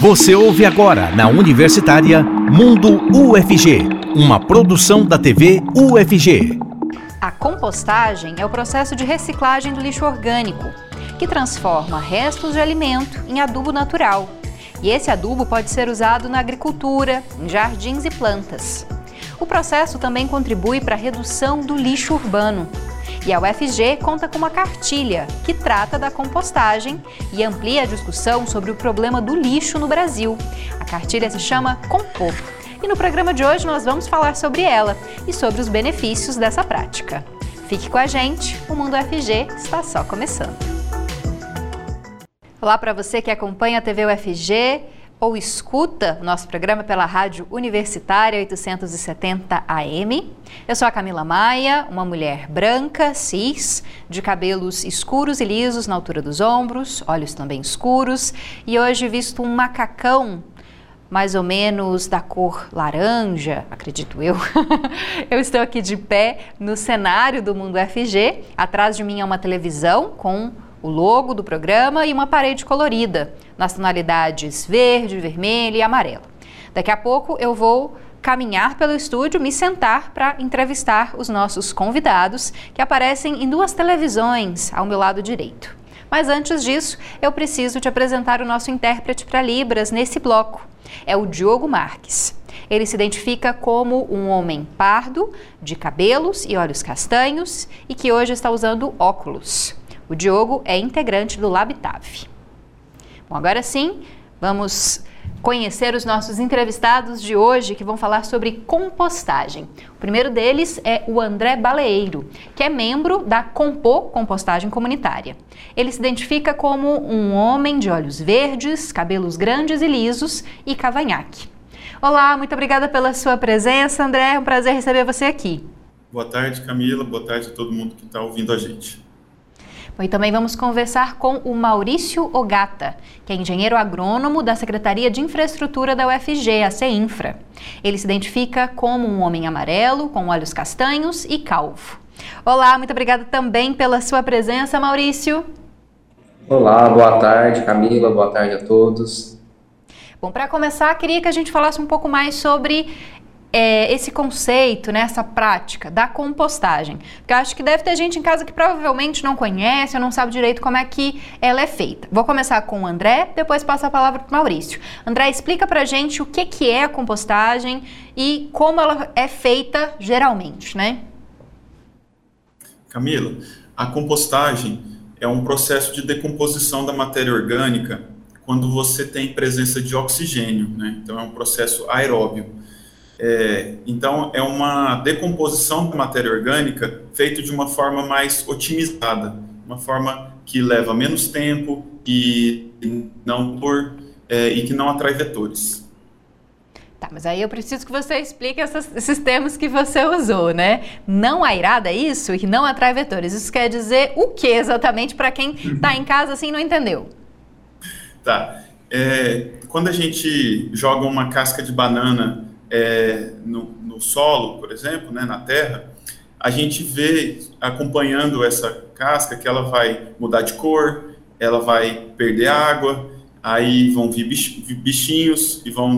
Você ouve agora na Universitária Mundo UFG, uma produção da TV UFG. A compostagem é o processo de reciclagem do lixo orgânico, que transforma restos de alimento em adubo natural. E esse adubo pode ser usado na agricultura, em jardins e plantas. O processo também contribui para a redução do lixo urbano. E a UFG conta com uma cartilha que trata da compostagem e amplia a discussão sobre o problema do lixo no Brasil. A cartilha se chama Compor. E no programa de hoje nós vamos falar sobre ela e sobre os benefícios dessa prática. Fique com a gente, o Mundo UFG está só começando. Olá para você que acompanha a TV UFG ou escuta o nosso programa pela Rádio Universitária 870 AM. Eu sou a Camila Maia, uma mulher branca, cis, de cabelos escuros e lisos na altura dos ombros, olhos também escuros, e hoje visto um macacão mais ou menos da cor laranja, acredito eu. Eu estou aqui de pé no cenário do Mundo UFG. Atrás de mim é uma televisão com o logo do programa e uma parede colorida, nas tonalidades verde, vermelho e amarelo. Daqui a pouco eu vou caminhar pelo estúdio, me sentar para entrevistar os nossos convidados, que aparecem em duas televisões ao meu lado direito. Mas antes disso, eu preciso te apresentar o nosso intérprete para Libras nesse bloco. É o Diogo Marques. Ele se identifica como um homem pardo, de cabelos e olhos castanhos e que hoje está usando óculos. O Diogo é integrante do Labitave. Bom, agora sim, vamos conhecer os nossos entrevistados de hoje que vão falar sobre compostagem. O primeiro deles é o André Baleeiro, que é membro da Compor Compostagem Comunitária. Ele se identifica como um homem de olhos verdes, cabelos grandes e lisos e cavanhaque. Olá, muito obrigada pela sua presença, André. É um prazer receber você aqui. Boa tarde, Camila. Boa tarde a todo mundo que está ouvindo a gente. Bom, e também vamos conversar com o Maurício Ogata, que é engenheiro agrônomo da Secretaria de Infraestrutura da UFG, a CEINFRA. Ele se identifica como um homem amarelo, com olhos castanhos e calvo. Olá, muito obrigada também pela sua presença, Maurício. Olá, boa tarde, Camila, boa tarde a todos. Bom, para começar, queria que a gente falasse um pouco mais sobre esse conceito, né, essa prática da compostagem. Porque eu acho que deve ter gente em casa que provavelmente não conhece ou não sabe direito como é que ela é feita. Vou começar com o André, depois passo a palavra para o Maurício. André, explica pra gente o que é a compostagem e como ela é feita geralmente, né? Camila, a compostagem é um processo de decomposição da matéria orgânica quando você tem presença de oxigênio, né? Então é um processo aeróbio. Então, é uma decomposição da matéria orgânica feita de uma forma mais otimizada, uma forma que leva menos tempo e que não atrai vetores. Tá, mas aí eu preciso que você explique esses termos que você usou, né? Não airada, é isso? E não atrai vetores. Isso quer dizer o que exatamente para quem está em casa assim e não entendeu? Tá. Quando a gente joga uma casca de banana no solo, por exemplo, né, na terra, a gente vê, acompanhando essa casca, que ela vai mudar de cor, ela vai perder água, aí vão vir bichinhos e vão...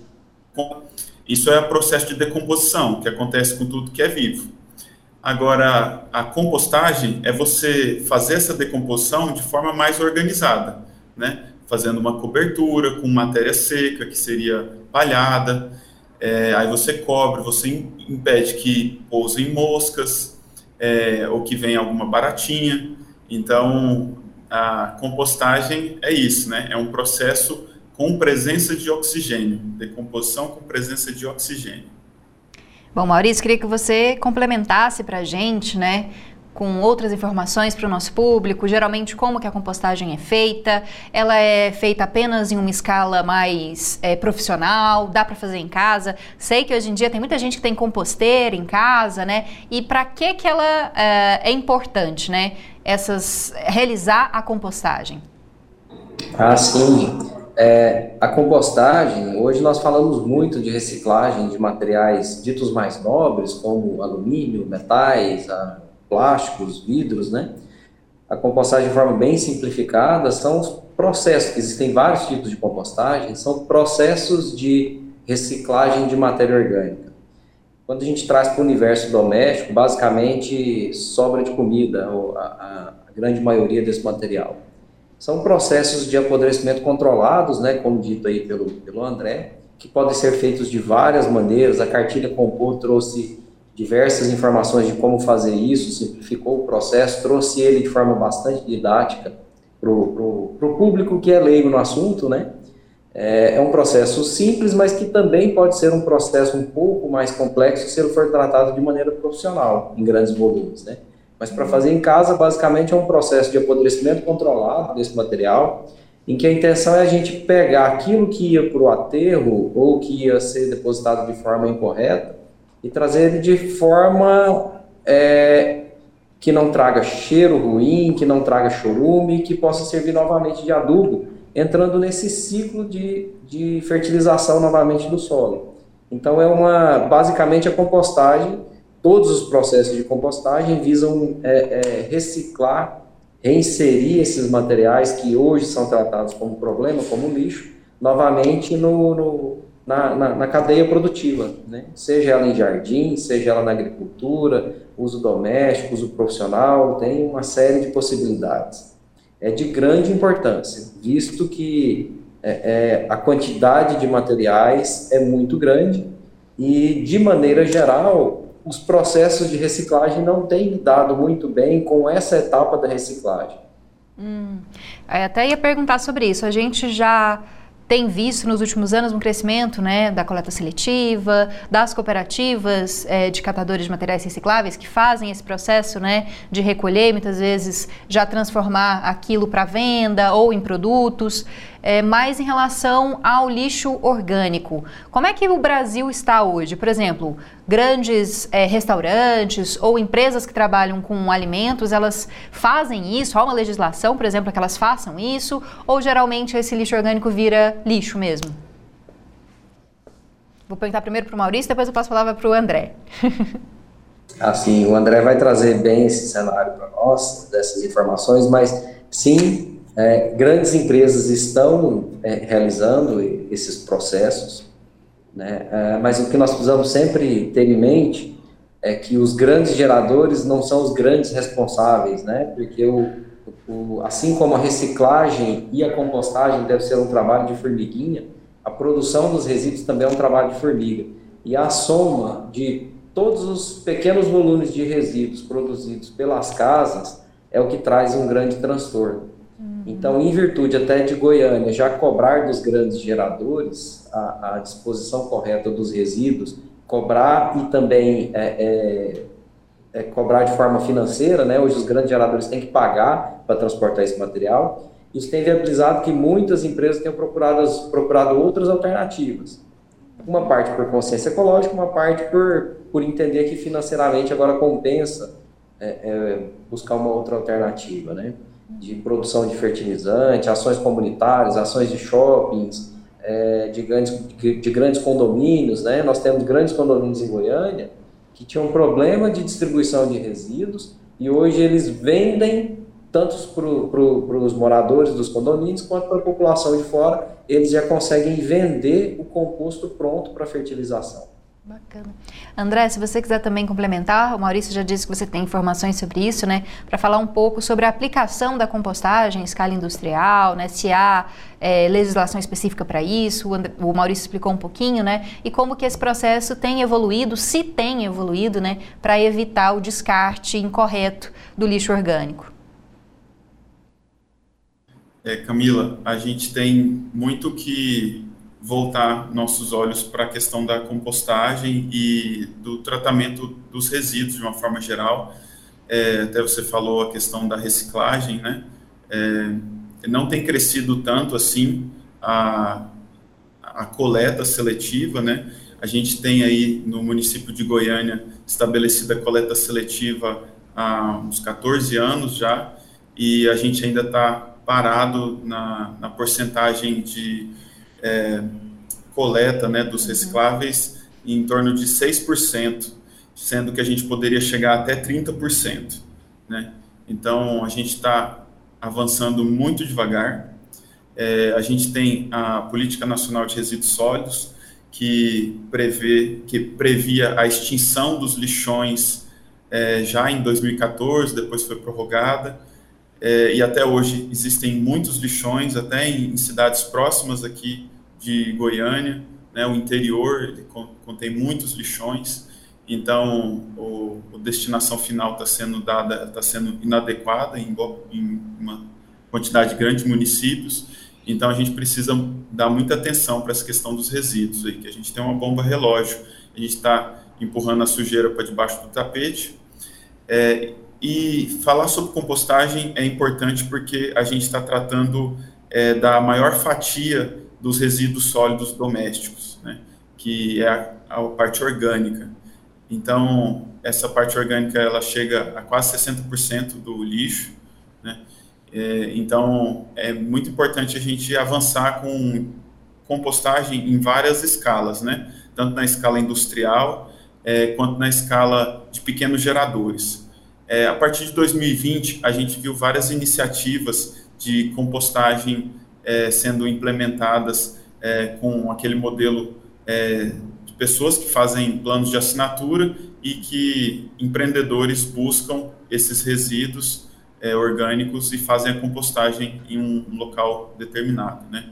Isso é o processo de decomposição, que acontece com tudo que é vivo. Agora, a compostagem é você fazer essa decomposição de forma mais organizada, né? Fazendo uma cobertura com matéria seca, que seria palhada. Aí você cobre, você impede que pousem moscas ou que venha alguma baratinha. Então, a compostagem é isso, né? É um processo com presença de oxigênio, decomposição com presença de oxigênio. Bom, Maurício, queria que você complementasse para a gente, né, com outras informações para o nosso público, geralmente como que a compostagem é feita, ela é feita apenas em uma escala mais profissional, dá para fazer em casa. Sei que hoje em dia tem muita gente que tem composteira em casa, né? E para que ela é importante, né? Realizar a compostagem? Ah, sim. A compostagem, hoje nós falamos muito de reciclagem de materiais ditos mais nobres, como alumínio, metais, plásticos, vidros, né? A compostagem de forma bem simplificada são os processos, existem vários tipos de compostagem, são processos de reciclagem de matéria orgânica. Quando a gente traz para o universo doméstico, basicamente sobra de comida, a grande maioria desse material. São processos de apodrecimento controlados, né, como dito aí pelo André, que podem ser feitos de várias maneiras. A cartilha Compor trouxe diversas informações de como fazer isso, simplificou o processo, trouxe ele de forma bastante didática para o público que é leigo no assunto, né? É um processo simples, mas que também pode ser um processo um pouco mais complexo se ele for tratado de maneira profissional, em grandes volumes, né? Mas para fazer em casa, basicamente é um processo de apodrecimento controlado desse material, em que a intenção é a gente pegar aquilo que ia para o aterro ou que ia ser depositado de forma incorreta e trazer ele de forma que não traga cheiro ruim, que não traga chorume, que possa servir novamente de adubo, entrando nesse ciclo de fertilização novamente do solo. Então, basicamente a compostagem, todos os processos de compostagem visam reciclar, reinserir esses materiais que hoje são tratados como problema, como lixo, novamente na cadeia produtiva, né? Seja ela em jardim, seja ela na agricultura, uso doméstico, uso profissional, tem uma série de possibilidades. É de grande importância, visto que a quantidade de materiais é muito grande e, de maneira geral, os processos de reciclagem não têm lidado muito bem com essa etapa da reciclagem. Até ia perguntar sobre isso. A gente já tem visto nos últimos anos um crescimento, né, da coleta seletiva, das cooperativas de catadores de materiais recicláveis que fazem esse processo, né, de recolher, muitas vezes já transformar aquilo para venda ou em produtos, mas em relação ao lixo orgânico. Como é que o Brasil está hoje? Por exemplo, grandes restaurantes ou empresas que trabalham com alimentos, elas fazem isso? Há uma legislação, por exemplo, que elas façam isso? Ou geralmente esse lixo orgânico vira lixo mesmo? Vou perguntar primeiro para o Maurício, depois eu passo a palavra para o André. Assim, o André vai trazer bem esse cenário para nós, dessas informações, mas sim, grandes empresas estão realizando esses processos, né? Mas o que nós precisamos sempre ter em mente é que os grandes geradores não são os grandes responsáveis, né? Porque assim como a reciclagem e a compostagem deve ser um trabalho de formiguinha, a produção dos resíduos também é um trabalho de formiga. E a soma de todos os pequenos volumes de resíduos produzidos pelas casas é o que traz um grande transtorno. Então, em virtude até de Goiânia já cobrar dos grandes geradores a disposição correta dos resíduos, cobrar e também cobrar de forma financeira, né? Hoje os grandes geradores têm que pagar para transportar esse material. Isso tem viabilizado que muitas empresas tenham procurado outras alternativas. Uma parte por consciência ecológica, uma parte por entender que financeiramente agora compensa buscar uma outra alternativa, né? De produção de fertilizante, ações comunitárias, ações de shoppings, de grandes condomínios, né? Nós temos grandes condomínios em Goiânia que tinham um problema de distribuição de resíduos e hoje eles vendem tanto para os moradores dos condomínios quanto para a população de fora, eles já conseguem vender o composto pronto para fertilização. Bacana. André, se você quiser também complementar, o Maurício já disse que você tem informações sobre isso, né? Para falar um pouco sobre a aplicação da compostagem em escala industrial, né? Se há legislação específica para isso, o Maurício explicou um pouquinho, né? E como que esse processo tem evoluído, se tem evoluído, né? Para evitar o descarte incorreto do lixo orgânico. Camila, a gente tem muito que voltar nossos olhos para a questão da compostagem e do tratamento dos resíduos de uma forma geral. Até você falou a questão da reciclagem, né? Não tem crescido tanto assim a coleta seletiva, né? A gente tem aí no município de Goiânia estabelecida a coleta seletiva há uns 14 anos já, e a gente ainda está parado na porcentagem de coleta, né, dos recicláveis em torno de 6%, sendo que a gente poderia chegar até 30%, né? Então, a gente está avançando muito devagar. A gente tem a Política Nacional de Resíduos Sólidos, que previa a extinção dos lixões já em 2014, depois foi prorrogada, e até hoje existem muitos lixões, até em cidades próximas aqui de Goiânia, né, o interior ele contém muitos lixões, então a destinação final está sendo inadequada em uma quantidade grande de municípios. Então, a gente precisa dar muita atenção para essa questão dos resíduos, aí, que a gente tem uma bomba relógio, a gente está empurrando a sujeira para debaixo do tapete. E falar sobre compostagem é importante porque a gente está tratando da maior fatia dos resíduos sólidos domésticos, né, que é a parte orgânica. Então, essa parte orgânica ela chega a quase 60% do lixo, né? Então, é muito importante a gente avançar com compostagem em várias escalas, né? Tanto na escala industrial, quanto na escala de pequenos geradores. A partir de 2020, a gente viu várias iniciativas de compostagem sendo implementadas com aquele modelo de pessoas que fazem planos de assinatura e que empreendedores buscam esses resíduos orgânicos e fazem a compostagem em um local determinado, né?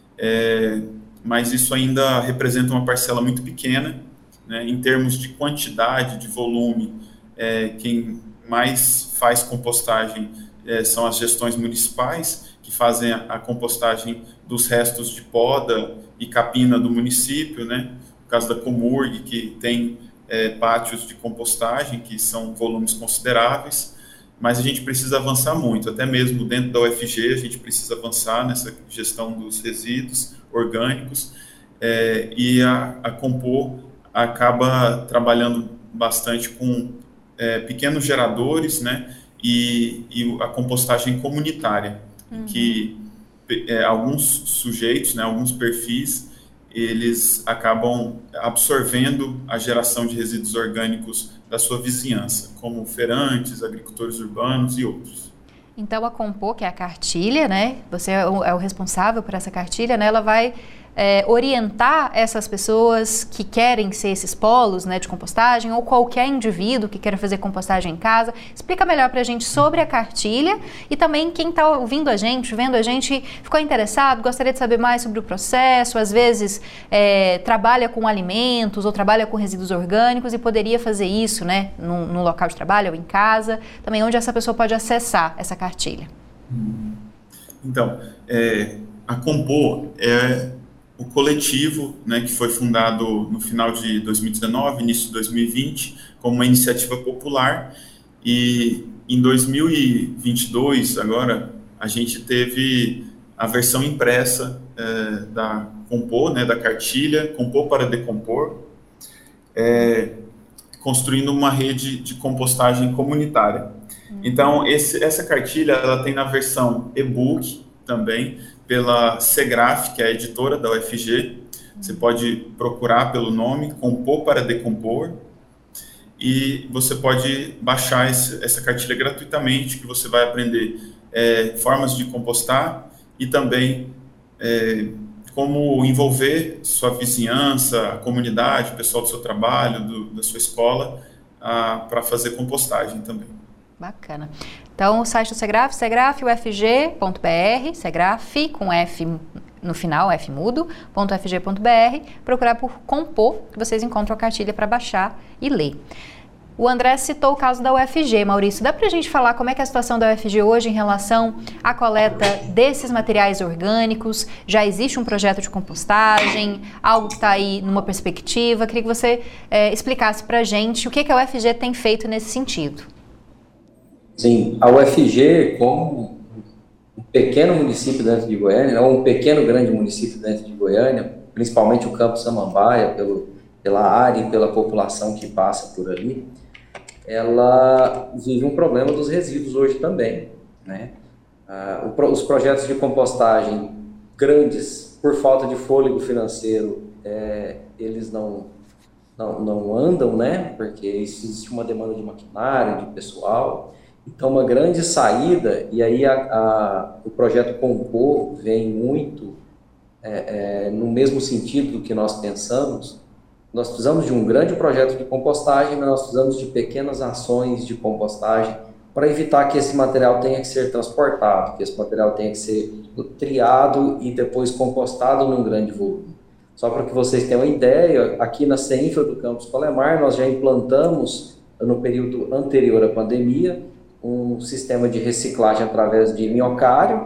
Mas isso ainda representa uma parcela muito pequena, né? Em termos de quantidade, de volume, quem mais faz compostagem são as gestões municipais, que fazem a compostagem dos restos de poda e capina do município, né? No caso da Comurg, que tem pátios de compostagem, que são volumes consideráveis, mas a gente precisa avançar muito, até mesmo dentro da UFG a gente precisa avançar nessa gestão dos resíduos orgânicos, e a Compor acaba trabalhando bastante com pequenos geradores, né, e a compostagem comunitária, que alguns sujeitos, né, alguns perfis, eles acabam absorvendo a geração de resíduos orgânicos da sua vizinhança, como feirantes, agricultores urbanos e outros. Então, a Compor, que é a cartilha, né? Você é o responsável por essa cartilha, né? Ela vai orientar essas pessoas que querem ser esses polos, né, de compostagem, ou qualquer indivíduo que queira fazer compostagem em casa. Explica melhor para a gente sobre a cartilha e também quem está ouvindo a gente, vendo a gente, ficou interessado, gostaria de saber mais sobre o processo, às vezes trabalha com alimentos ou trabalha com resíduos orgânicos e poderia fazer isso, né, no local de trabalho ou em casa, também onde essa pessoa pode acessar essa cartilha. Então, a Compor o coletivo, né, que foi fundado no final de 2019, início de 2020, como uma iniciativa popular, e em 2022, agora, a gente teve a versão impressa da Compor, né, da cartilha, Compor para Decompor, construindo uma rede de compostagem comunitária. Então, essa cartilha, ela tem na versão e-book também, pela Segraf, que é a editora da UFG. Você pode procurar pelo nome, Compor para Decompor, e você pode baixar essa cartilha gratuitamente, que você vai aprender formas de compostar e também como envolver sua vizinhança, a comunidade, o pessoal do seu trabalho, da sua escola, para fazer compostagem também. Bacana. Então, o site do Segraf, segrafufg.br, Segraf com F no final, F mudo, .fg.br, procurar por Compor, que vocês encontram a cartilha para baixar e ler. O André citou o caso da UFG, Maurício. Dá para a gente falar como é que é a situação da UFG hoje em relação à coleta desses materiais orgânicos? Já existe um projeto de compostagem, algo que está aí numa perspectiva? Queria que você explicasse para a gente o que a UFG tem feito nesse sentido. Sim, a UFG, como um pequeno município dentro de Goiânia, ou um pequeno grande município dentro de Goiânia, principalmente o Campo Samambaia, pela área e pela população que passa por ali, ela vive um problema dos resíduos hoje também, né? Os projetos de compostagem grandes, por falta de fôlego financeiro, eles não andam, né? Porque existe uma demanda de maquinário, de pessoal, Então, uma grande saída, e aí o projeto Compor vem muito no mesmo sentido do que nós pensamos. Nós precisamos de um grande projeto de compostagem, mas nós precisamos de pequenas ações de compostagem para evitar que esse material tenha que ser transportado, que esse material tenha que ser triado e depois compostado num grande volume. Só para que vocês tenham uma ideia, aqui na CEINFRA do Campus Colemar, nós já implantamos, no período anterior à pandemia, um sistema de reciclagem através de minhocário,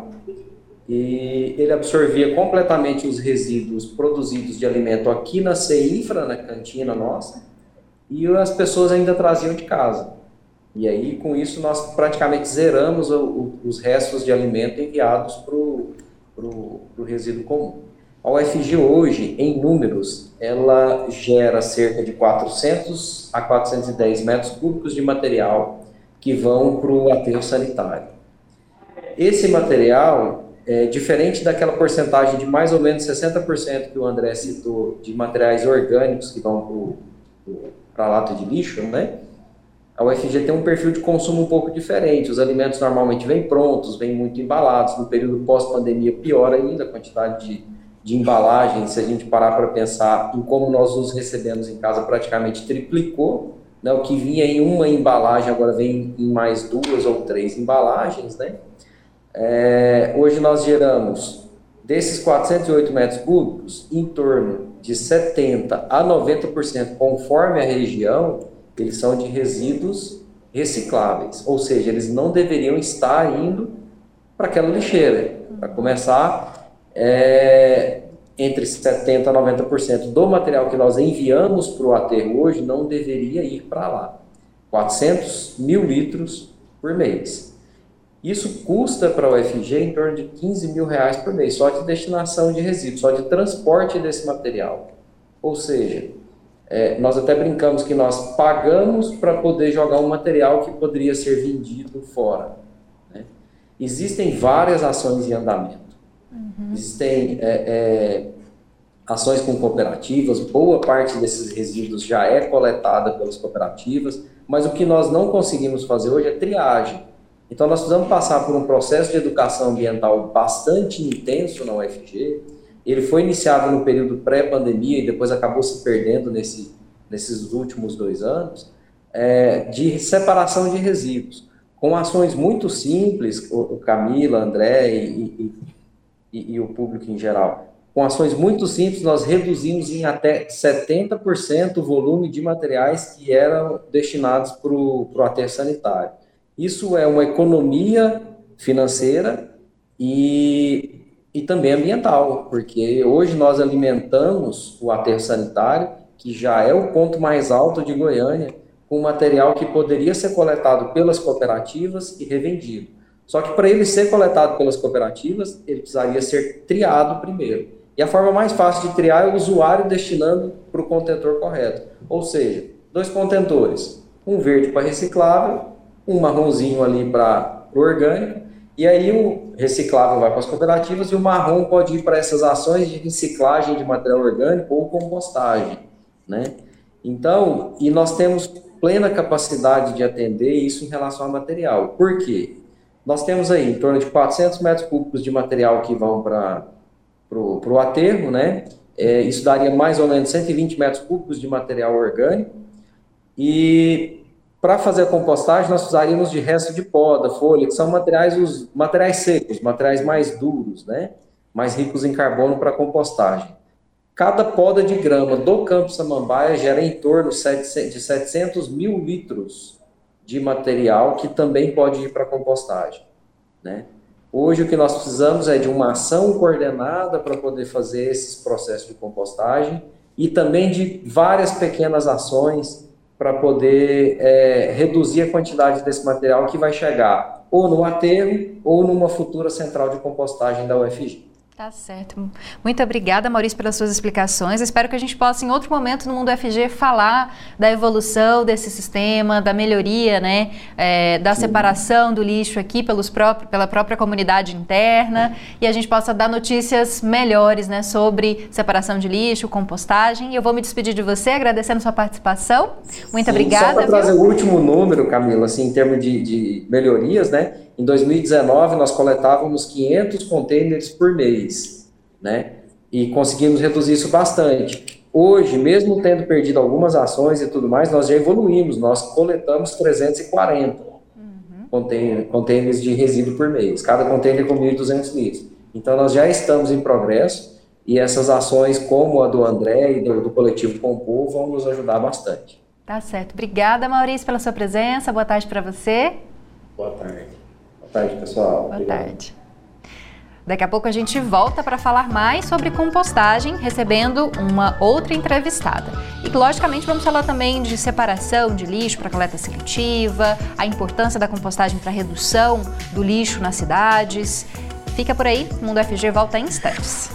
e ele absorvia completamente os resíduos produzidos de alimento aqui na CEINFRA, na cantina nossa, e as pessoas ainda traziam de casa. E aí, com isso, nós praticamente zeramos os restos de alimento enviados para o resíduo comum. A UFG hoje, em números, ela gera cerca de 400 a 410 metros cúbicos de material que vão para o aterro sanitário. Esse material, diferente daquela porcentagem de mais ou menos 60% que o André citou, de materiais orgânicos que vão para a lata de lixo, né? A UFG tem um perfil de consumo um pouco diferente. Os alimentos normalmente vêm prontos, vêm muito embalados. No período pós-pandemia, pior ainda, a quantidade de embalagem, se a gente parar para pensar em como nós os recebemos em casa, praticamente triplicou, né? O que vinha em uma embalagem agora vem em mais 2 ou 3 embalagens, né? Hoje nós geramos, desses 408 metros cúbicos, em torno de 70% a 90%, conforme a região, eles são de resíduos recicláveis, ou seja, eles não deveriam estar indo para aquela lixeira. Para começar, entre 70% a 90% do material que nós enviamos para o aterro hoje não deveria ir para lá. 400 mil litros por mês. Isso custa para a UFG em torno de R$15 mil por mês, só de destinação de resíduos, só de transporte desse material. Ou seja, nós até brincamos que nós pagamos para poder jogar um material que poderia ser vendido fora, né? Existem várias ações em andamento. Existem ações com cooperativas, boa parte desses resíduos já é coletada pelas cooperativas, mas o que nós não conseguimos fazer hoje é triagem. Então, nós precisamos passar por um processo de educação ambiental bastante intenso na UFG. Ele foi iniciado no período pré-pandemia e depois acabou se perdendo nesses últimos 2 anos, de separação de resíduos, com ações muito simples, o Camila, André e o público em geral. Com ações muito simples, nós reduzimos em até 70% o volume de materiais que eram destinados para o aterro sanitário. Isso é uma economia financeira e também ambiental, porque hoje nós alimentamos o aterro sanitário, que já é o ponto mais alto de Goiânia, com material que poderia ser coletado pelas cooperativas e revendido. Só que para ele ser coletado pelas cooperativas, ele precisaria ser triado primeiro. E a forma mais fácil de triar é o usuário destinando para o contentor correto. Ou seja, 2 contentores, um verde para reciclável, um marronzinho ali para o orgânico, e aí o reciclável vai para as cooperativas e o marrom pode ir para essas ações de reciclagem de material orgânico ou compostagem, né? Então, e nós temos plena capacidade de atender isso em relação ao material. Por quê? Nós temos aí em torno de 400 metros cúbicos de material que vão para o aterro, né? Isso daria mais ou menos 120 metros cúbicos de material orgânico, e para fazer a compostagem, nós precisaríamos de resto de poda, folha, que são os materiais secos, materiais mais duros, né? Mais ricos em carbono para compostagem. Cada poda de grama do Campo Samambaia gera em torno de 700 mil litros de material que também pode ir para compostagem, né? Hoje o que nós precisamos é de uma ação coordenada para poder fazer esses processos de compostagem e também de várias pequenas ações para poder reduzir a quantidade desse material que vai chegar ou no aterro ou numa futura central de compostagem da UFG. Tá certo. Muito obrigada, Maurício, pelas suas explicações. Espero que a gente possa, em outro momento no Mundo UFG, falar da evolução desse sistema, da melhoria, né, da separação do lixo aqui pela própria comunidade interna, e a gente possa dar notícias melhores, né, sobre separação de lixo, compostagem. E eu vou me despedir de você, agradecendo sua participação. Muito obrigada. Só para trazer o último número, Camila, assim, em termos de melhorias, né? Em 2019, nós coletávamos 500 contêineres por mês, né? E conseguimos reduzir isso bastante. Hoje, mesmo tendo perdido algumas ações e tudo mais, nós já evoluímos. Nós coletamos 340 contêineres de resíduo por mês. Cada contêiner com 1.200 litros. Então, nós já estamos em progresso e essas ações, como a do André e do coletivo Compor, vão nos ajudar bastante. Tá certo. Obrigada, Maurício, pela sua presença. Boa tarde para você. Boa tarde. Boa tarde, pessoal. Boa tarde. Daqui a pouco a gente volta para falar mais sobre compostagem, recebendo uma outra entrevistada. E, logicamente, vamos falar também de separação de lixo para coleta seletiva, a importância da compostagem para a redução do lixo nas cidades. Fica por aí, o Mundo UFG volta em instantes.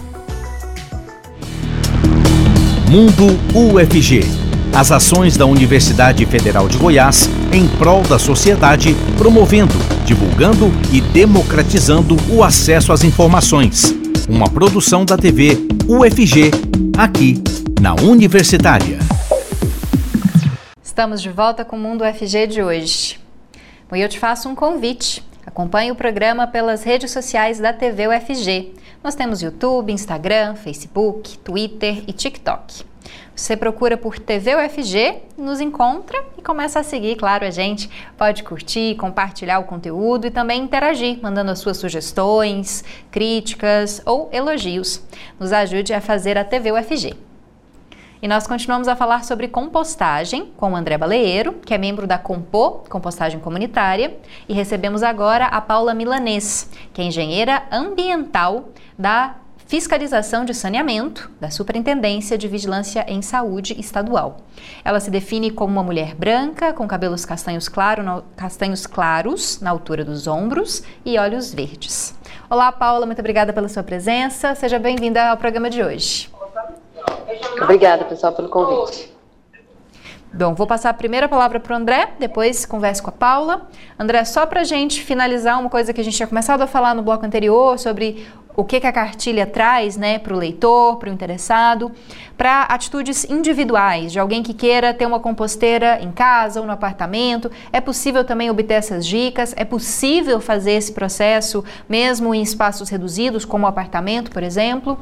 Mundo UFG. As ações da Universidade Federal de Goiás em prol da sociedade, promovendo, divulgando e democratizando o acesso às informações. Uma produção da TV UFG, aqui na Universitária. Estamos de volta com o Mundo UFG de hoje. E eu te faço um convite. Acompanhe o programa pelas redes sociais da TV UFG. Nós temos YouTube, Instagram, Facebook, Twitter e TikTok. Você procura por TV UFG, nos encontra e começa a seguir, claro, a gente. Pode curtir, compartilhar o conteúdo e também interagir, mandando as suas sugestões, críticas ou elogios. Nos ajude a fazer a TV UFG. E nós continuamos a falar sobre compostagem com o André Baleiro, que é membro da Compor, Compostagem Comunitária, e recebemos agora a Paula Milanês, que é engenheira ambiental da Fiscalização de Saneamento da Superintendência de Vigilância em Saúde Estadual. Ela se define como uma mulher branca, com cabelos castanhos claros na altura dos ombros e olhos verdes. Olá, Paula, muito obrigada pela sua presença. Seja bem-vinda ao programa de hoje. Obrigada, pessoal, pelo convite. Bom, vou passar a primeira palavra para o André, depois converso com a Paula. André, só para a gente finalizar uma coisa que a gente tinha começado a falar no bloco anterior sobre o que a cartilha traz, né, para o leitor, para o interessado, para atitudes individuais, de alguém que queira ter uma composteira em casa ou no apartamento. É possível também obter essas dicas? É possível fazer esse processo mesmo em espaços reduzidos, como o apartamento, por exemplo?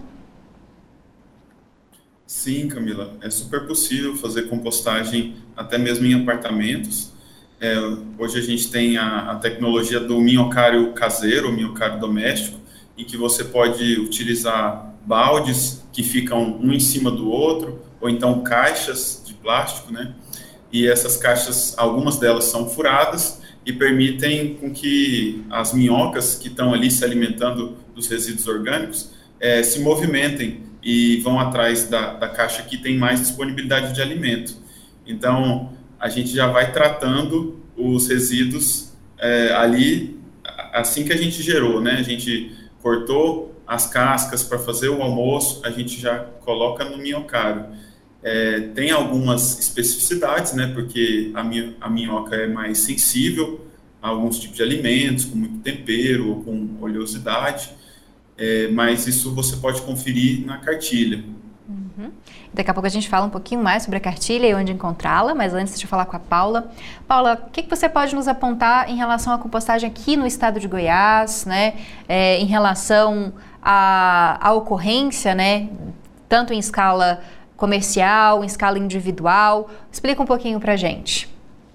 Sim, Camila, é super possível fazer compostagem até mesmo em apartamentos. Hoje a gente tem a tecnologia do minhocário caseiro, o minhocário doméstico, em que você pode utilizar baldes que ficam um em cima do outro, ou então caixas de plástico, né? E essas caixas, algumas delas são furadas e permitem com que as minhocas que estão ali se alimentando dos resíduos orgânicos se movimentem e vão atrás da caixa que tem mais disponibilidade de alimento. Então, a gente já vai tratando os resíduos ali assim que a gente gerou, né? A gente cortou as cascas para fazer o almoço, a gente já coloca no minhocário. Tem algumas especificidades, né? Porque a minhoca é mais sensível a alguns tipos de alimentos, com muito tempero ou com oleosidade. Mas isso você pode conferir na cartilha. Uhum. Daqui a pouco a gente fala um pouquinho mais sobre a cartilha e onde encontrá-la, mas antes de falar com a Paula. Paula, o que você pode nos apontar em relação à compostagem aqui no estado de Goiás, né? Em relação à ocorrência, né? Tanto em escala comercial, em escala individual. Explica um pouquinho pra gente.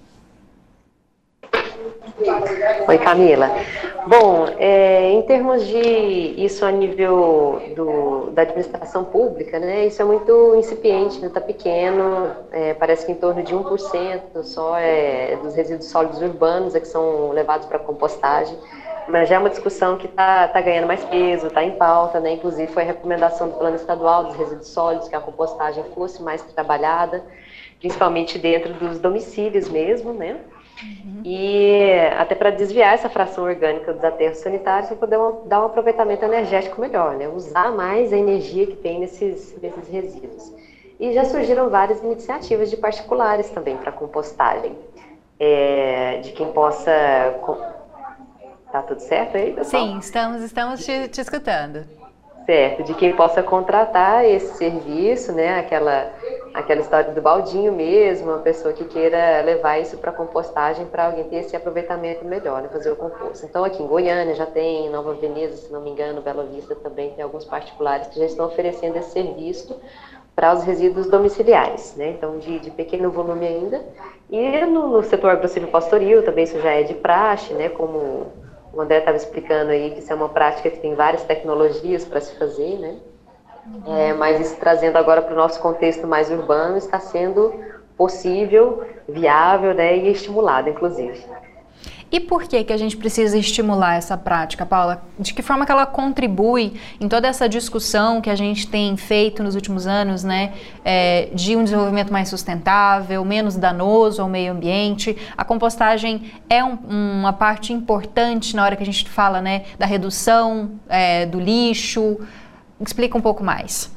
Oi, Camila. Bom, em termos de isso a nível da administração pública, né, isso é muito incipiente, está pequeno, parece que em torno de 1% só dos resíduos sólidos urbanos que são levados para compostagem, mas já é uma discussão que está ganhando mais peso, está em pauta, né, inclusive foi a recomendação do Plano Estadual dos Resíduos Sólidos que a compostagem fosse mais trabalhada, principalmente dentro dos domicílios mesmo, né. E até para desviar essa fração orgânica dos aterros sanitários, para poder dar um aproveitamento energético melhor, né? Usar mais a energia que tem nesses resíduos. E já surgiram várias iniciativas de particulares também para compostagem, de quem possa... Tá tudo certo aí, pessoal? Sim, estamos te escutando. Certo, de quem possa contratar esse serviço, né? Aquela história do baldinho mesmo, uma pessoa que queira levar isso para compostagem para alguém ter esse aproveitamento melhor, né? Fazer o composto. Então aqui em Goiânia já tem, em Nova Veneza, se não me engano, Bela Vista também tem alguns particulares que já estão oferecendo esse serviço para os resíduos domiciliares, né? Então de pequeno volume ainda. E no setor agrocivil-pastoril também isso já é de praxe, né? Como o André estava explicando aí, que isso é uma prática que tem várias tecnologias para se fazer, né? Mas isso trazendo agora para o nosso contexto mais urbano, está sendo possível, viável, né? E estimulado, inclusive. E por que a gente precisa estimular essa prática, Paula? De que forma que ela contribui em toda essa discussão que a gente tem feito nos últimos anos, né, de um desenvolvimento mais sustentável, menos danoso ao meio ambiente? A compostagem é uma parte importante na hora que a gente fala, né, da redução do lixo. Explica um pouco mais.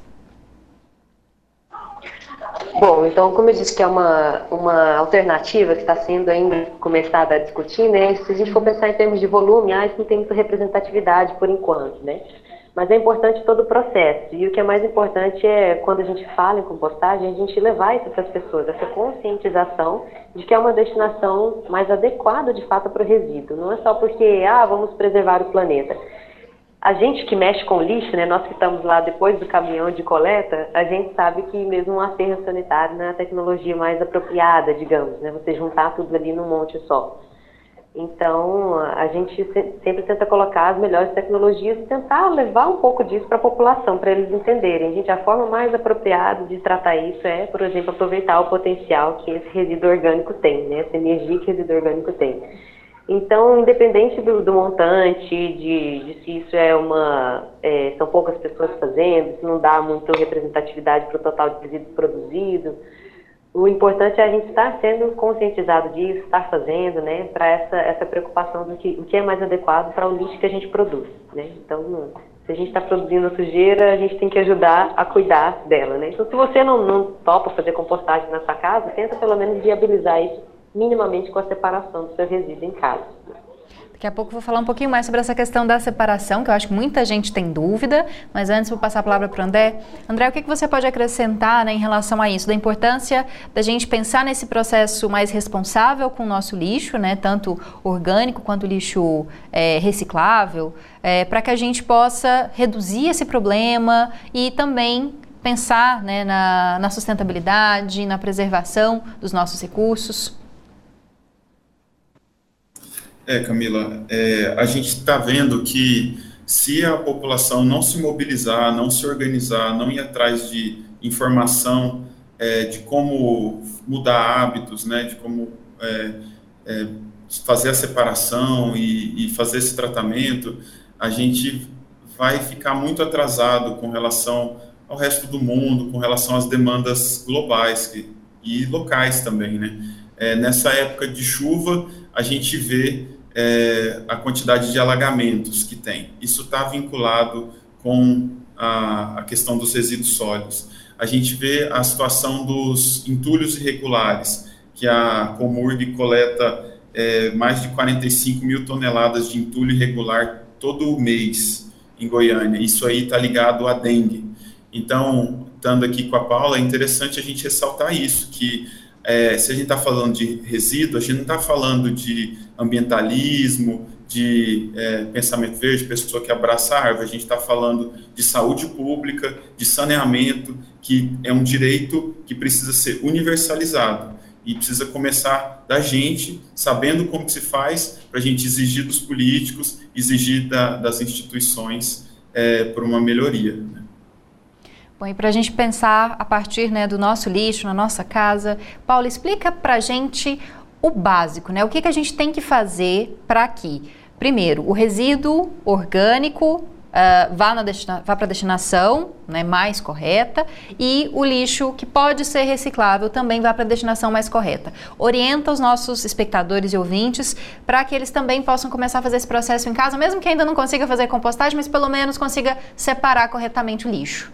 Bom, então, como eu disse que é uma alternativa que está sendo ainda começada a discutir, né? Se a gente for pensar em termos de volume, isso não tem muita representatividade por enquanto, né? Mas é importante todo o processo. E o que é mais importante é, quando a gente fala em compostagem, a gente levar isso para as pessoas, essa conscientização de que é uma destinação mais adequada, de fato, para o resíduo. Não é só porque, vamos preservar o planeta. A gente que mexe com lixo, né, nós que estamos lá depois do caminhão de coleta, a gente sabe que mesmo um aterro sanitário não é a tecnologia mais apropriada, digamos, né, você juntar tudo ali num monte só. Então, a gente sempre tenta colocar as melhores tecnologias e tentar levar um pouco disso para a população, para eles entenderem. Gente, a forma mais apropriada de tratar isso é, por exemplo, aproveitar o potencial que esse resíduo orgânico tem, né, essa energia que o resíduo orgânico tem. Então, independente do montante, de se isso são poucas pessoas fazendo, se não dá muita representatividade para o total de resíduo produzido, o importante é a gente estar sendo conscientizado disso, estar fazendo, né, para essa preocupação do que o que é mais adequado para o lixo que a gente produz, né. Então, se a gente está produzindo sujeira, a gente tem que ajudar a cuidar dela, né. Então, se você não topa fazer compostagem na sua casa, tenta pelo menos viabilizar isso minimamente com a separação do seu resíduo em casa. Daqui a pouco eu vou falar um pouquinho mais sobre essa questão da separação, que eu acho que muita gente tem dúvida, mas antes vou passar a palavra para o André. André, o que você pode acrescentar, né, em relação a isso, da importância da gente pensar nesse processo mais responsável com o nosso lixo, né, tanto orgânico quanto lixo reciclável, para que a gente possa reduzir esse problema e também pensar, né, na sustentabilidade, na preservação dos nossos recursos? Camila, a gente está vendo que se a população não se mobilizar, não se organizar, não ir atrás de informação de como mudar hábitos, né, de como fazer a separação e fazer esse tratamento, a gente vai ficar muito atrasado com relação ao resto do mundo, com relação às demandas globais e locais também, né? Nessa época de chuva, a gente vê a quantidade de alagamentos que tem. Isso está vinculado com a questão dos resíduos sólidos. A gente vê a situação dos entulhos irregulares, que a Comurg coleta mais de 45 mil toneladas de entulho irregular todo mês em Goiânia. Isso aí está ligado à dengue. Então, estando aqui com a Paula, é interessante a gente ressaltar isso, que se a gente está falando de resíduo, a gente não está falando de ambientalismo, de pensamento verde, pessoa que abraça a árvore, a gente está falando de saúde pública, de saneamento, que é um direito que precisa ser universalizado e precisa começar da gente, sabendo como se faz, para a gente exigir dos políticos, exigir das instituições por uma melhoria, né? Bom, e para a gente pensar a partir, né, do nosso lixo, na nossa casa, Paula, explica para a gente o básico, né? O que a gente tem que fazer para que, primeiro, o resíduo orgânico vá para a destinação, né, mais correta, e o lixo que pode ser reciclável também vá para a destinação mais correta. Orienta os nossos espectadores e ouvintes para que eles também possam começar a fazer esse processo em casa, mesmo que ainda não consiga fazer compostagem, mas pelo menos consiga separar corretamente o lixo.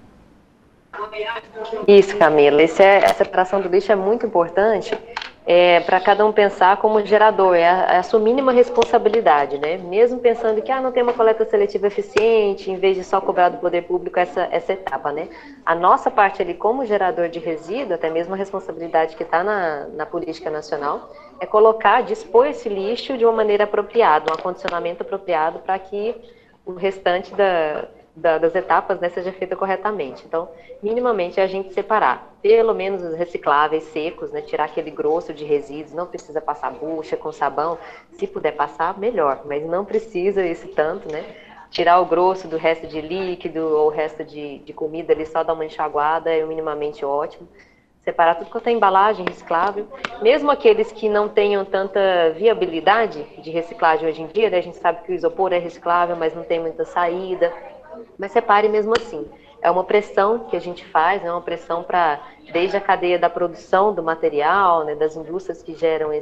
Isso, Camila. A separação do lixo é muito importante para cada um pensar como gerador, é a sua mínima responsabilidade, né? Mesmo pensando que não tem uma coleta seletiva eficiente, em vez de só cobrar do poder público essa etapa, né? A nossa parte ali como gerador de resíduo, até mesmo a responsabilidade que está na política nacional, é dispor esse lixo de uma maneira apropriada, um acondicionamento apropriado para que o restante das etapas, né, seja feita corretamente. Então, minimamente é a gente separar, pelo menos os recicláveis secos, né, tirar aquele grosso de resíduos, não precisa passar bucha com sabão, se puder passar, melhor, mas não precisa esse tanto, né, tirar o grosso do resto de líquido ou o resto de comida ali, só dar uma enxaguada é minimamente ótimo. Separar tudo quanto é embalagem reciclável, mesmo aqueles que não tenham tanta viabilidade de reciclagem hoje em dia, né, a gente sabe que o isopor é reciclável, mas não tem muita saída, mas separe mesmo assim. É uma pressão que a gente faz, né? Uma pressão desde a cadeia da produção do material, né? Das indústrias que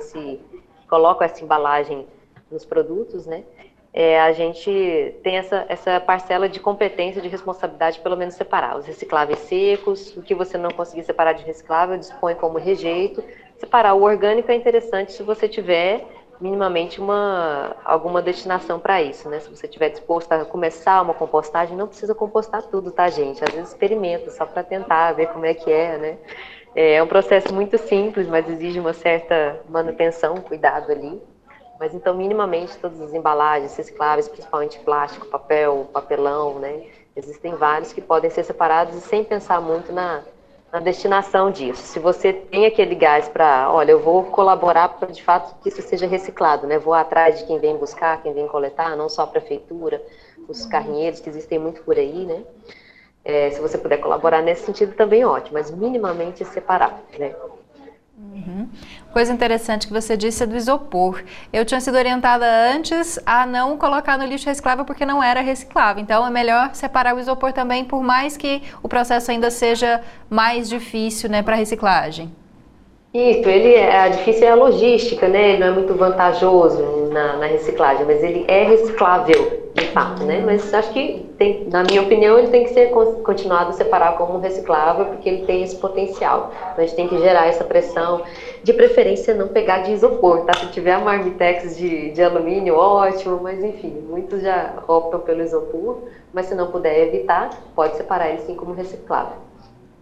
colocam essa embalagem nos produtos, né? A gente tem essa parcela de competência, de responsabilidade, pelo menos separar. Os recicláveis secos, o que você não conseguir separar de reciclável, dispõe como rejeito. Separar o orgânico é interessante se você tiver minimamente alguma destinação para isso, né? Se você estiver disposto a começar uma compostagem, não precisa compostar tudo, tá, gente? Às vezes experimenta, só para tentar ver como é que é, né? É um processo muito simples, mas exige uma certa manutenção, cuidado ali. Mas então, minimamente, todas as embalagens recicláveis, principalmente plástico, papel, papelão, né? Existem vários que podem ser separados e sem pensar muito na destinação disso. Se você tem aquele gás eu vou colaborar para, de fato, que isso seja reciclado, né? Vou atrás de quem vem buscar, quem vem coletar, não só a prefeitura, os carrinheiros, que existem muito por aí, né? Se você puder colaborar nesse sentido, também ótimo, mas minimamente separar, né? Uhum. Coisa interessante que você disse é do isopor. Eu tinha sido orientada antes a não colocar no lixo reciclável porque não era reciclável. Então é melhor separar o isopor também, por mais que o processo ainda seja mais difícil, né, para reciclagem. Isso, difícil é a logística, né? Ele não é muito vantajoso na reciclagem, mas ele é reciclável, de fato, né? Mas acho que, na minha opinião, ele tem que ser continuado a separar como reciclável, porque ele tem esse potencial. Então, a gente tem que gerar essa pressão, de preferência não pegar de isopor, tá? Se tiver a Marmitex de alumínio, ótimo, mas enfim, muitos já optam pelo isopor, mas se não puder evitar, pode separar ele sim como reciclável.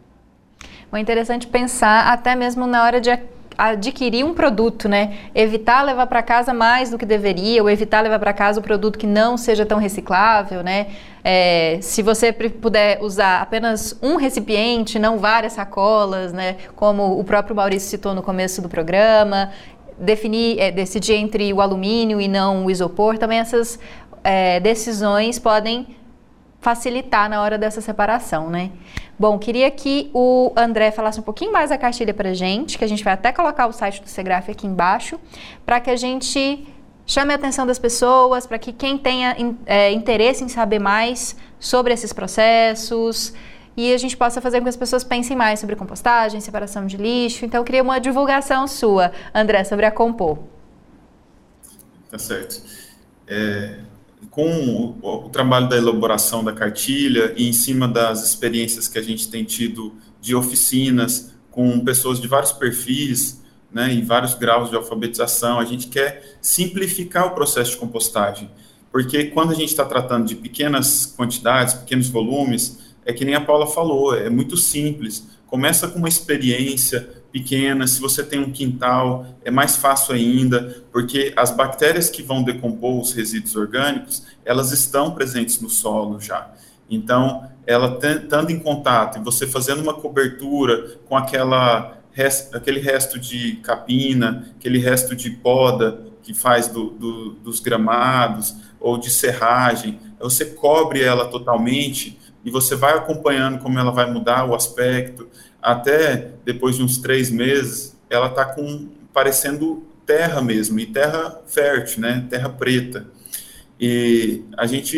É interessante pensar até mesmo na hora de adquirir um produto, né? Evitar levar para casa mais do que deveria, ou evitar levar para casa o produto que não seja tão reciclável, né? Se você puder usar apenas um recipiente, não várias sacolas, né? Como o próprio Maurício citou no começo do programa, decidir entre o alumínio e não o isopor, também essas decisões podem facilitar na hora dessa separação, né? Bom, queria que o André falasse um pouquinho mais da cartilha pra gente, que a gente vai até colocar o site do Segraf aqui embaixo, para que a gente chame a atenção das pessoas, para que quem tenha interesse em saber mais sobre esses processos, e a gente possa fazer com que as pessoas pensem mais sobre compostagem, separação de lixo. Então, eu queria uma divulgação sua, André, sobre a Compor. Tá certo. Com o trabalho da elaboração da cartilha e em cima das experiências que a gente tem tido de oficinas com pessoas de vários perfis, né, e vários graus de alfabetização, a gente quer simplificar o processo de compostagem, porque quando a gente está tratando de pequenas quantidades, pequenos volumes, é que nem a Paula falou, é muito simples, começa com uma experiência pequena, se você tem um quintal, é mais fácil ainda, porque as bactérias que vão decompor os resíduos orgânicos, elas estão presentes no solo já. Então, ela estando em contato e você fazendo uma cobertura com aquele resto de capina, aquele resto de poda que faz dos gramados, ou de serragem, você cobre ela totalmente e você vai acompanhando como ela vai mudar o aspecto. Até depois de uns 3 meses, ela está parecendo terra mesmo, e terra fértil, né? Terra preta. E a gente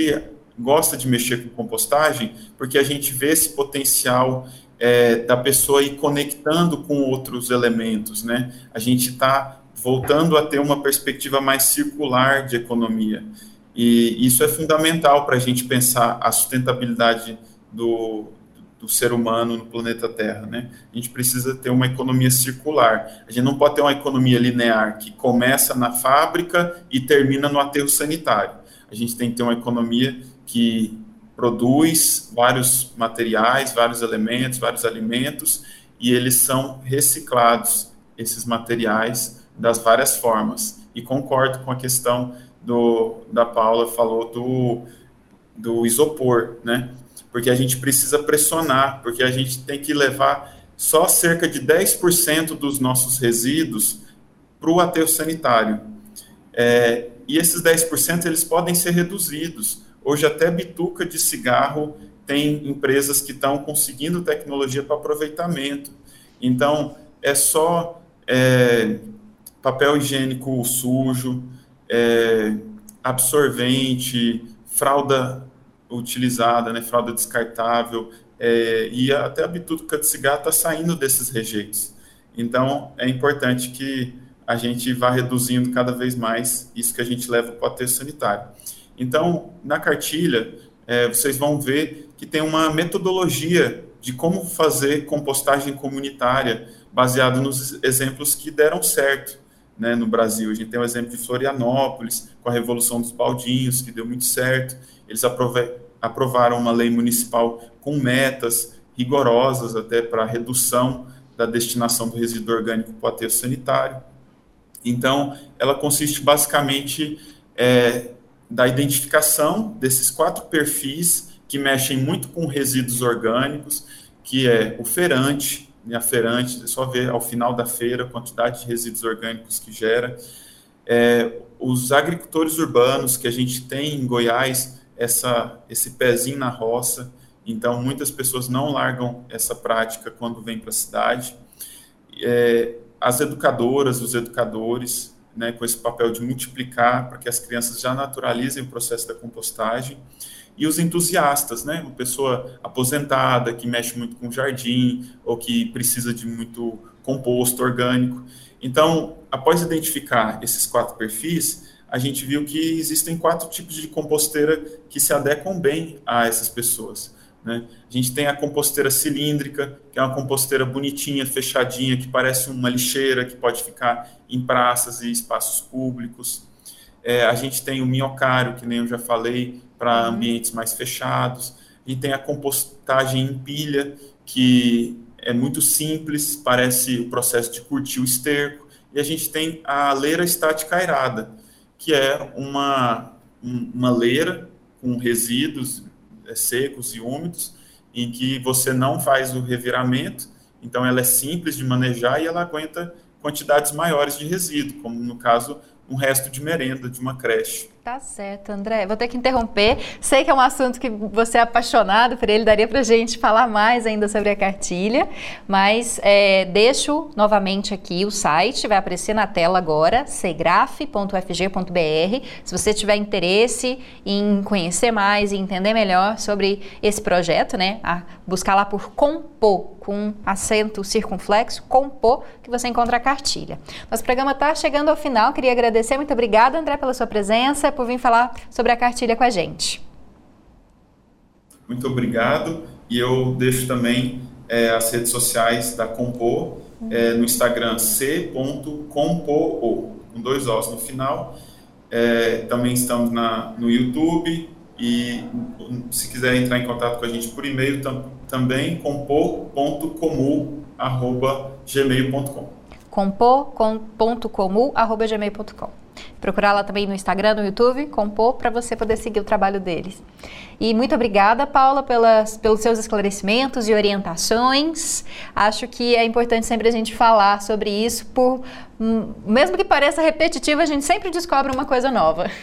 gosta de mexer com compostagem porque a gente vê esse potencial da pessoa ir conectando com outros elementos, né? A gente está voltando a ter uma perspectiva mais circular de economia. E isso é fundamental para a gente pensar a sustentabilidade do ser humano no planeta Terra, né? A gente precisa ter uma economia circular. A gente não pode ter uma economia linear que começa na fábrica e termina no aterro sanitário. A gente tem que ter uma economia que produz vários materiais, vários elementos, vários alimentos, e eles são reciclados, esses materiais, das várias formas. E concordo com a questão da Paula, falou do isopor, né? Porque a gente precisa pressionar, porque a gente tem que levar só cerca de 10% dos nossos resíduos para o aterro sanitário. E esses 10% eles podem ser reduzidos. Hoje até bituca de cigarro tem empresas que estão conseguindo tecnologia para aproveitamento. Então, é só papel higiênico sujo, absorvente, fralda utilizada, né, fralda descartável, e até a bituca de cigarro está saindo desses rejeitos. Então, é importante que a gente vá reduzindo cada vez mais isso que a gente leva para o aterro sanitário. Então, na cartilha, vocês vão ver que tem uma metodologia de como fazer compostagem comunitária, baseado nos exemplos que deram certo, né, no Brasil. A gente tem o exemplo de Florianópolis, com a Revolução dos Baldinhos, que deu muito certo. Eles aprovaram uma lei municipal com metas rigorosas até para a redução da destinação do resíduo orgânico para o aterro sanitário. Então, ela consiste basicamente da identificação desses 4 perfis que mexem muito com resíduos orgânicos, que é o feirante, né, a feirante, é só ver ao final da feira a quantidade de resíduos orgânicos que gera, os agricultores urbanos, que a gente tem em Goiás, esse pezinho na roça, então muitas pessoas não largam essa prática quando vêm para a cidade, as educadoras, os educadores, né, com esse papel de multiplicar para que as crianças já naturalizem o processo da compostagem, e os entusiastas, né, uma pessoa aposentada que mexe muito com jardim ou que precisa de muito composto orgânico. Então, após identificar esses 4 perfis, a gente viu que existem 4 tipos de composteira que se adequam bem a essas pessoas, né? A gente tem a composteira cilíndrica, que é uma composteira bonitinha, fechadinha, que parece uma lixeira, que pode ficar em praças e espaços públicos. A gente tem o minhocário, que nem eu já falei, para ambientes mais fechados. A gente tem a compostagem em pilha, que é muito simples, parece o processo de curtir o esterco. E a gente tem a leira estática aerada, que é uma leira com resíduos secos e úmidos, em que você não faz o reviramento, então ela é simples de manejar e ela aguenta quantidades maiores de resíduo, como no caso um resto de merenda de uma creche. Tá certo, André. Vou ter que interromper. Sei que é um assunto que você é apaixonado por ele, daria pra gente falar mais ainda sobre a cartilha, mas deixo novamente aqui o site, vai aparecer na tela agora, segraf.ufg.br. Se você tiver interesse em conhecer mais e entender melhor sobre esse projeto, né, buscar lá por Compô, com acento circunflexo, Compô, que você encontra a cartilha. Nosso programa está chegando ao final, queria agradecer, muito obrigada, André, pela sua presença, por vir falar sobre a cartilha com a gente. Muito obrigado, e eu deixo também as redes sociais da Compô, no Instagram c.compoo, com 2 Os no final. Também estamos no YouTube, e se quiser entrar em contato com a gente por e-mail também, compô.comum@gmail.com. compô.comum@gmail.com. Procurar lá também no Instagram, no YouTube, Compô, para você poder seguir o trabalho deles. E muito obrigada, Paula, pelos seus esclarecimentos e orientações. Acho que é importante sempre a gente falar sobre isso, mesmo que pareça repetitivo, a gente sempre descobre uma coisa nova.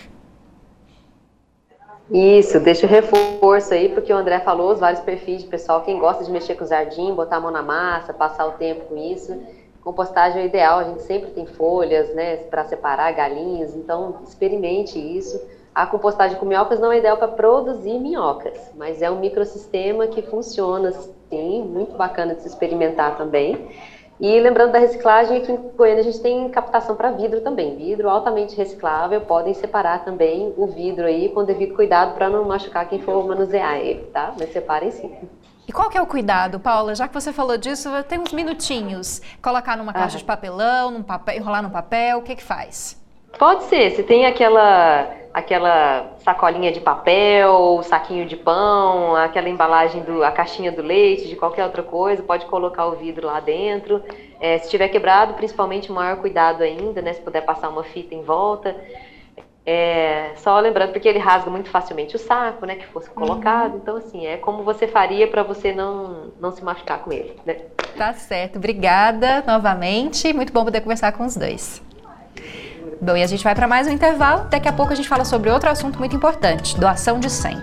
Isso, deixa o reforço aí, porque o André falou, os vários perfis de pessoal, quem gosta de mexer com o jardim, botar a mão na massa, passar o tempo com isso. Compostagem é ideal, a gente sempre tem folhas, né, para separar galinhas, então experimente isso. a compostagem com minhocas não é ideal para produzir minhocas, mas é um microsistema que funciona, sim, muito bacana de se experimentar também. E lembrando da reciclagem, aqui em Goiânia a gente tem captação para vidro também, vidro altamente reciclável, podem separar também o vidro aí com devido cuidado para não machucar quem for manusear ele, tá? Mas separem sim. E qual que é o cuidado, Paula? Já que você falou disso, tem uns minutinhos. Colocar numa caixa de papelão, enrolar num papel, o que faz? Pode ser, se tem aquela sacolinha de papel, saquinho de pão, aquela embalagem, a caixinha do leite, de qualquer outra coisa, pode colocar o vidro lá dentro. Se tiver quebrado, principalmente, maior cuidado ainda, né? Se puder passar uma fita em volta. Só lembrando, porque ele rasga muito facilmente o saco, né, que fosse colocado. Então, assim, é como você faria para você não se machucar com ele, né? Tá certo, obrigada novamente. Muito bom poder conversar com os dois. Bom, e a gente vai para mais um intervalo. Daqui a pouco a gente fala sobre outro assunto muito importante, doação de sangue.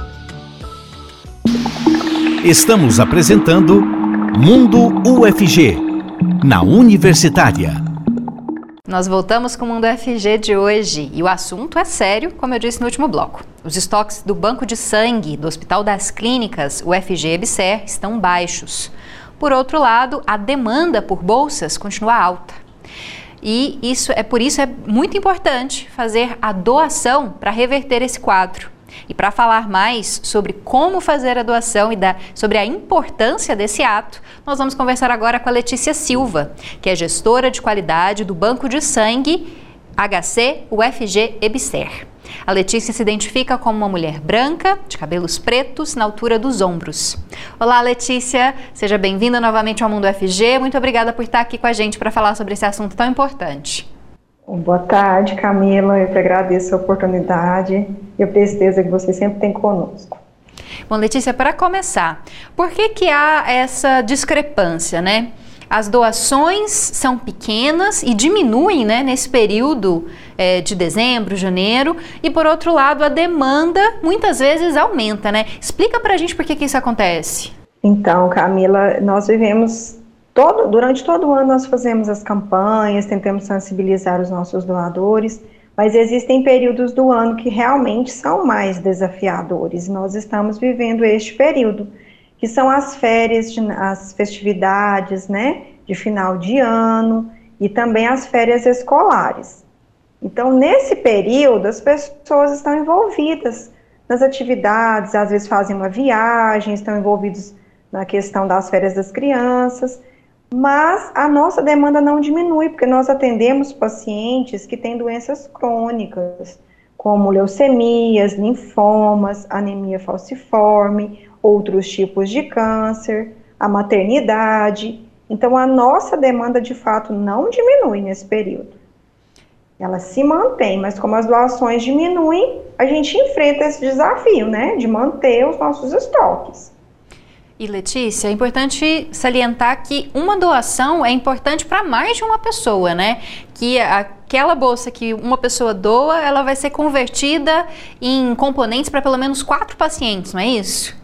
Estamos apresentando Mundo UFG, na Universitária. Nós voltamos com o Mundo UFG de hoje e o assunto é sério, como eu disse no último bloco. Os estoques do Banco de Sangue do Hospital das Clínicas, UFG EBSER, estão baixos. Por outro lado, a demanda por bolsas continua alta. E por isso é muito importante fazer a doação para reverter esse quadro. E para falar mais sobre como fazer a doação e sobre a importância desse ato, nós vamos conversar agora com a Letícia Silva, que é gestora de qualidade do Banco de Sangue HC UFG EBSER. A Letícia se identifica como uma mulher branca, de cabelos pretos, na altura dos ombros. Olá, Letícia, seja bem-vinda novamente ao Mundo UFG. Muito obrigada por estar aqui com a gente para falar sobre esse assunto tão importante. Boa tarde, Camila. Eu que agradeço a oportunidade e a presteza que você sempre tem conosco. Bom, Letícia, para começar, por que há essa discrepância, né? As doações são pequenas e diminuem, né, nesse período de dezembro, janeiro, e por outro lado a demanda muitas vezes aumenta, né? Explica pra gente por que isso acontece. Então, Camila, nós vivemos durante todo o ano nós fazemos as campanhas, tentamos sensibilizar os nossos doadores, mas existem períodos do ano que realmente são mais desafiadores. Nós estamos vivendo este período, que são as férias, as festividades, né, de final de ano e também as férias escolares. Então, nesse período, as pessoas estão envolvidas nas atividades, às vezes fazem uma viagem, estão envolvidos na questão das férias das crianças, mas a nossa demanda não diminui, porque nós atendemos pacientes que têm doenças crônicas, como leucemias, linfomas, anemia falciforme, outros tipos de câncer, a maternidade. Então, a nossa demanda, de fato, não diminui nesse período. Ela se mantém, mas como as doações diminuem, a gente enfrenta esse desafio, né, de manter os nossos estoques. E, Letícia, é importante salientar que uma doação é importante para mais de uma pessoa, né? Que aquela bolsa que uma pessoa doa, ela vai ser convertida em componentes para pelo menos 4 pacientes, não é isso?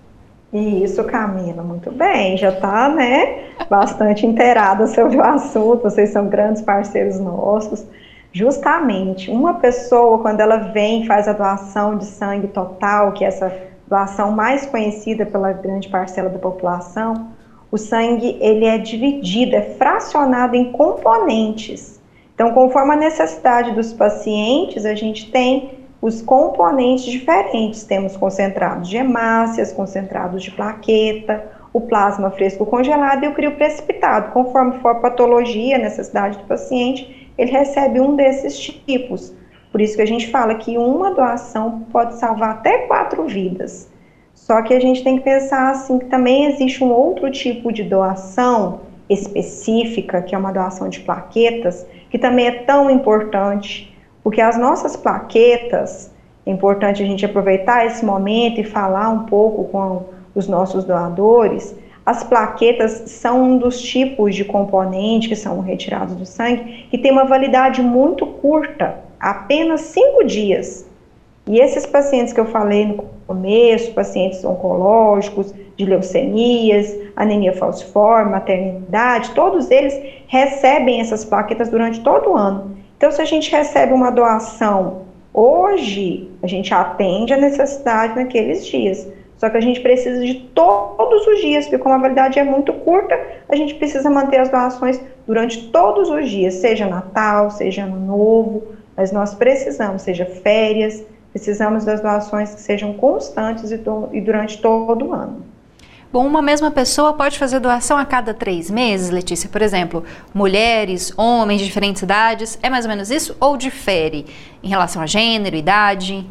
Isso, Camila, muito bem, já está, né, bastante inteirada sobre o assunto, vocês são grandes parceiros nossos. Justamente, uma pessoa, quando ela vem e faz a doação de sangue total, que é essa doação mais conhecida pela grande parcela da população, o sangue, ele é dividido, é fracionado em componentes. Então, conforme a necessidade dos pacientes, a gente tem os componentes diferentes. Temos concentrados de hemácias, concentrados de plaqueta, o plasma fresco congelado e o crioprecipitado. Conforme for a patologia, a necessidade do paciente, ele recebe um desses tipos. Por isso que a gente fala que uma doação pode salvar até 4 vidas. Só que a gente tem que pensar assim, que também existe um outro tipo de doação específica, que é uma doação de plaquetas, que também é tão importante, porque as nossas plaquetas, é importante a gente aproveitar esse momento e falar um pouco com os nossos doadores. As plaquetas são um dos tipos de componente que são retirados do sangue, que tem uma validade muito curta, apenas 5 dias. E esses pacientes que eu falei no começo, pacientes oncológicos, de leucemias, anemia falciforme, maternidade, todos eles recebem essas plaquetas durante todo o ano. Então, se a gente recebe uma doação Hoje, a gente atende a necessidade naqueles dias, só que a gente precisa de todos os dias, porque como a validade é muito curta, a gente precisa manter as doações durante todos os dias, seja Natal, seja Ano Novo, mas nós precisamos, seja férias, precisamos das doações que sejam constantes e durante todo o ano. Bom, uma mesma pessoa pode fazer doação a cada 3 meses, Letícia? Por exemplo, mulheres, homens de diferentes idades, é mais ou menos isso? Ou difere em relação a gênero, idade?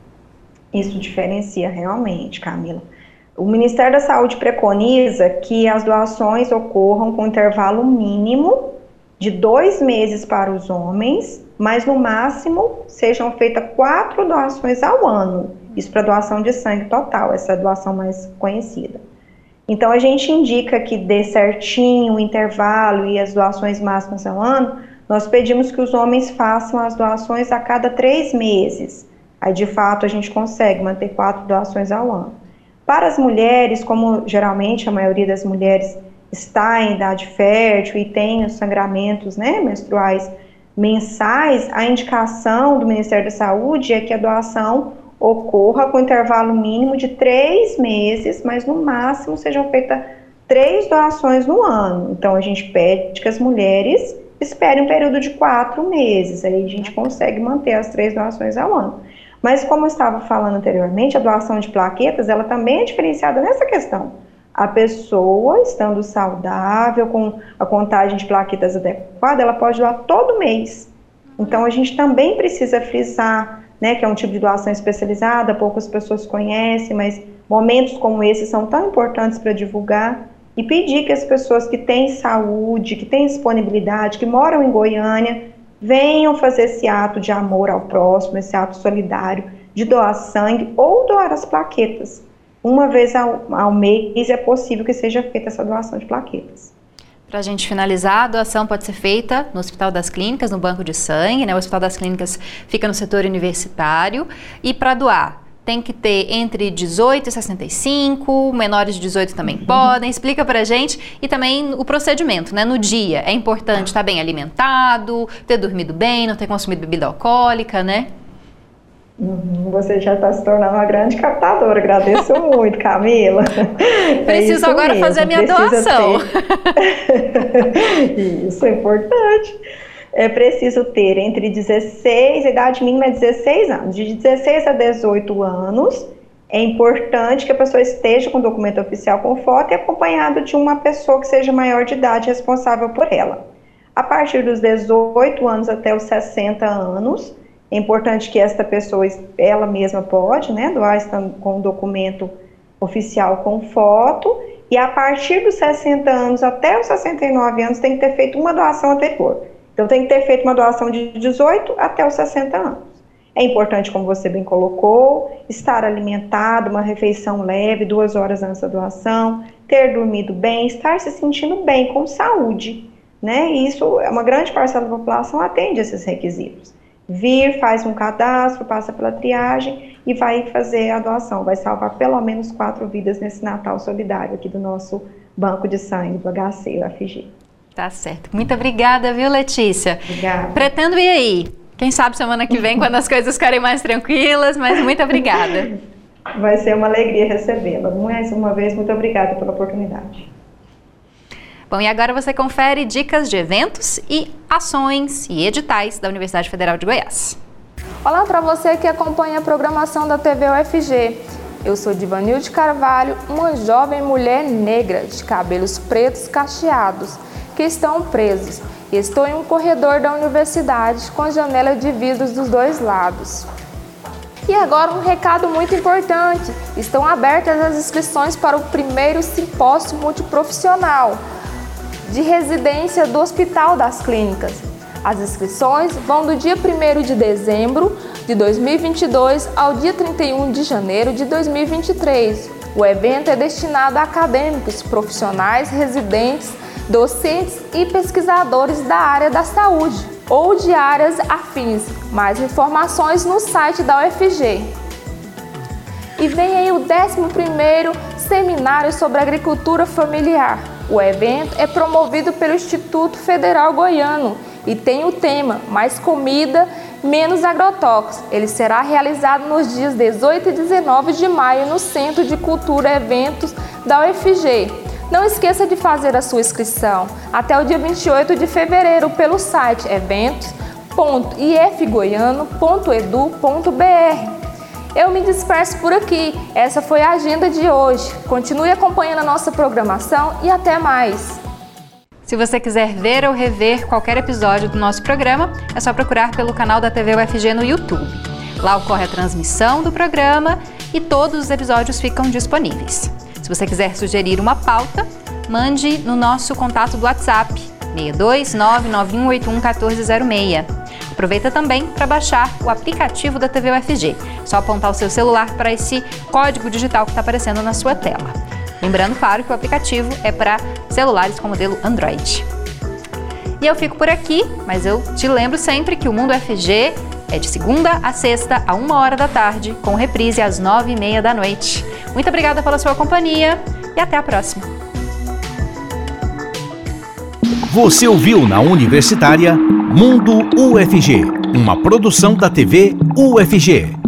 Isso diferencia realmente, Camila. O Ministério da Saúde preconiza que as doações ocorram com intervalo mínimo de 2 meses para os homens, mas no máximo sejam feitas 4 doações ao ano. Isso para doação de sangue total, essa é a doação mais conhecida. Então, a gente indica que dê certinho o intervalo e as doações máximas ao ano. Nós pedimos que os homens façam as doações a cada 3 meses. Aí, de fato, a gente consegue manter 4 doações ao ano. Para as mulheres, como geralmente a maioria das mulheres está em idade fértil e tem os sangramentos, né, menstruais mensais, a indicação do Ministério da Saúde é que a doação ocorra com intervalo mínimo de 3 meses, mas no máximo sejam feitas 3 doações no ano. Então, a gente pede que as mulheres esperem um período de 4 meses, aí a gente consegue manter as 3 doações ao ano. Mas, como eu estava falando anteriormente, a doação de plaquetas, ela também é diferenciada nessa questão. A pessoa, estando saudável, com a contagem de plaquetas adequada, ela pode doar todo mês. Então, a gente também precisa frisar, né, que é um tipo de doação especializada, poucas pessoas conhecem, mas momentos como esse são tão importantes para divulgar e pedir que as pessoas que têm saúde, que têm disponibilidade, que moram em Goiânia, venham fazer esse ato de amor ao próximo, esse ato solidário de doar sangue ou doar as plaquetas. Uma vez ao mês é possível que seja feita essa doação de plaquetas. Para a gente finalizar, a doação pode ser feita no Hospital das Clínicas, no Banco de Sangue, né? O Hospital das Clínicas fica no setor universitário. E para doar, tem que ter entre 18 e 65, menores de 18 também podem. Explica para a gente. E também o procedimento, né? No dia, é importante estar bem alimentado, ter dormido bem, não ter consumido bebida alcoólica, né? Você já está se tornando uma grande captadora, agradeço muito, Camila. Preciso agora mesmo. Fazer a minha doação. Isso é importante. É preciso ter entre 16, a idade mínima é 16 anos, de 16 a 18 anos, é importante que a pessoa esteja com documento oficial com foto e acompanhado de uma pessoa que seja maior de idade responsável por ela. A partir dos 18 anos até os 60 anos, é importante que esta pessoa, ela mesma pode, né, doar com um documento oficial com foto, e a partir dos 60 anos até os 69 anos tem que ter feito uma doação anterior. Então tem que ter feito uma doação de 18 até os 60 anos. É importante, como você bem colocou, estar alimentado, uma refeição leve, 2 horas antes da doação, ter dormido bem, estar se sentindo bem, com saúde, né? E isso, uma grande parcela da população atende esses requisitos. Vir, faz um cadastro, passa pela triagem e vai fazer a doação. Vai salvar pelo menos 4 vidas nesse Natal solidário aqui do nosso banco de sangue, do HC, UFG. Tá certo. Muito obrigada, viu, Letícia? Obrigada. Pretendo ir aí. Quem sabe semana que vem, quando as coisas ficarem mais tranquilas, mas muito obrigada. Vai ser uma alegria recebê-la. Mais uma vez, muito obrigada pela oportunidade. Bom, e agora você confere dicas de eventos e ações e editais da Universidade Federal de Goiás. Olá para você que acompanha a programação da TV UFG. Eu sou Divanilde Carvalho, uma jovem mulher negra de cabelos pretos cacheados que estão presos. Estou em um corredor da universidade com janela de vidros dos 2 lados. E agora um recado muito importante. Estão abertas as inscrições para o primeiro simpósio multiprofissional de residência do Hospital das Clínicas. As inscrições vão do dia 1º de dezembro de 2022 ao dia 31 de janeiro de 2023. O evento é destinado a acadêmicos, profissionais, residentes, docentes e pesquisadores da área da saúde ou de áreas afins. Mais informações no site da UFG. E vem aí o 11º Seminário sobre Agricultura Familiar. O evento é promovido pelo Instituto Federal Goiano e tem o tema Mais Comida, Menos Agrotóxicos. Ele será realizado nos dias 18 e 19 de maio no Centro de Cultura e Eventos da UFG. Não esqueça de fazer a sua inscrição até o dia 28 de fevereiro pelo site eventos.ifgoiano.edu.br. Eu me disperso por aqui. Essa foi a agenda de hoje. Continue acompanhando a nossa programação e até mais. Se você quiser ver ou rever qualquer episódio do nosso programa, é só procurar pelo canal da TV UFG no YouTube. Lá ocorre a transmissão do programa e todos os episódios ficam disponíveis. Se você quiser sugerir uma pauta, mande no nosso contato do WhatsApp, 62991811406. Aproveita também para baixar o aplicativo da TV UFG. Só apontar o seu celular para esse código digital que está aparecendo na sua tela. Lembrando, claro, que o aplicativo é para celulares com modelo Android. E eu fico por aqui, mas eu te lembro sempre que o Mundo UFG é de segunda a sexta, a 1h da tarde, com reprise às 9h30 da noite. Muito obrigada pela sua companhia e até a próxima. Você ouviu na Universitária Mundo UFG, uma produção da TV UFG.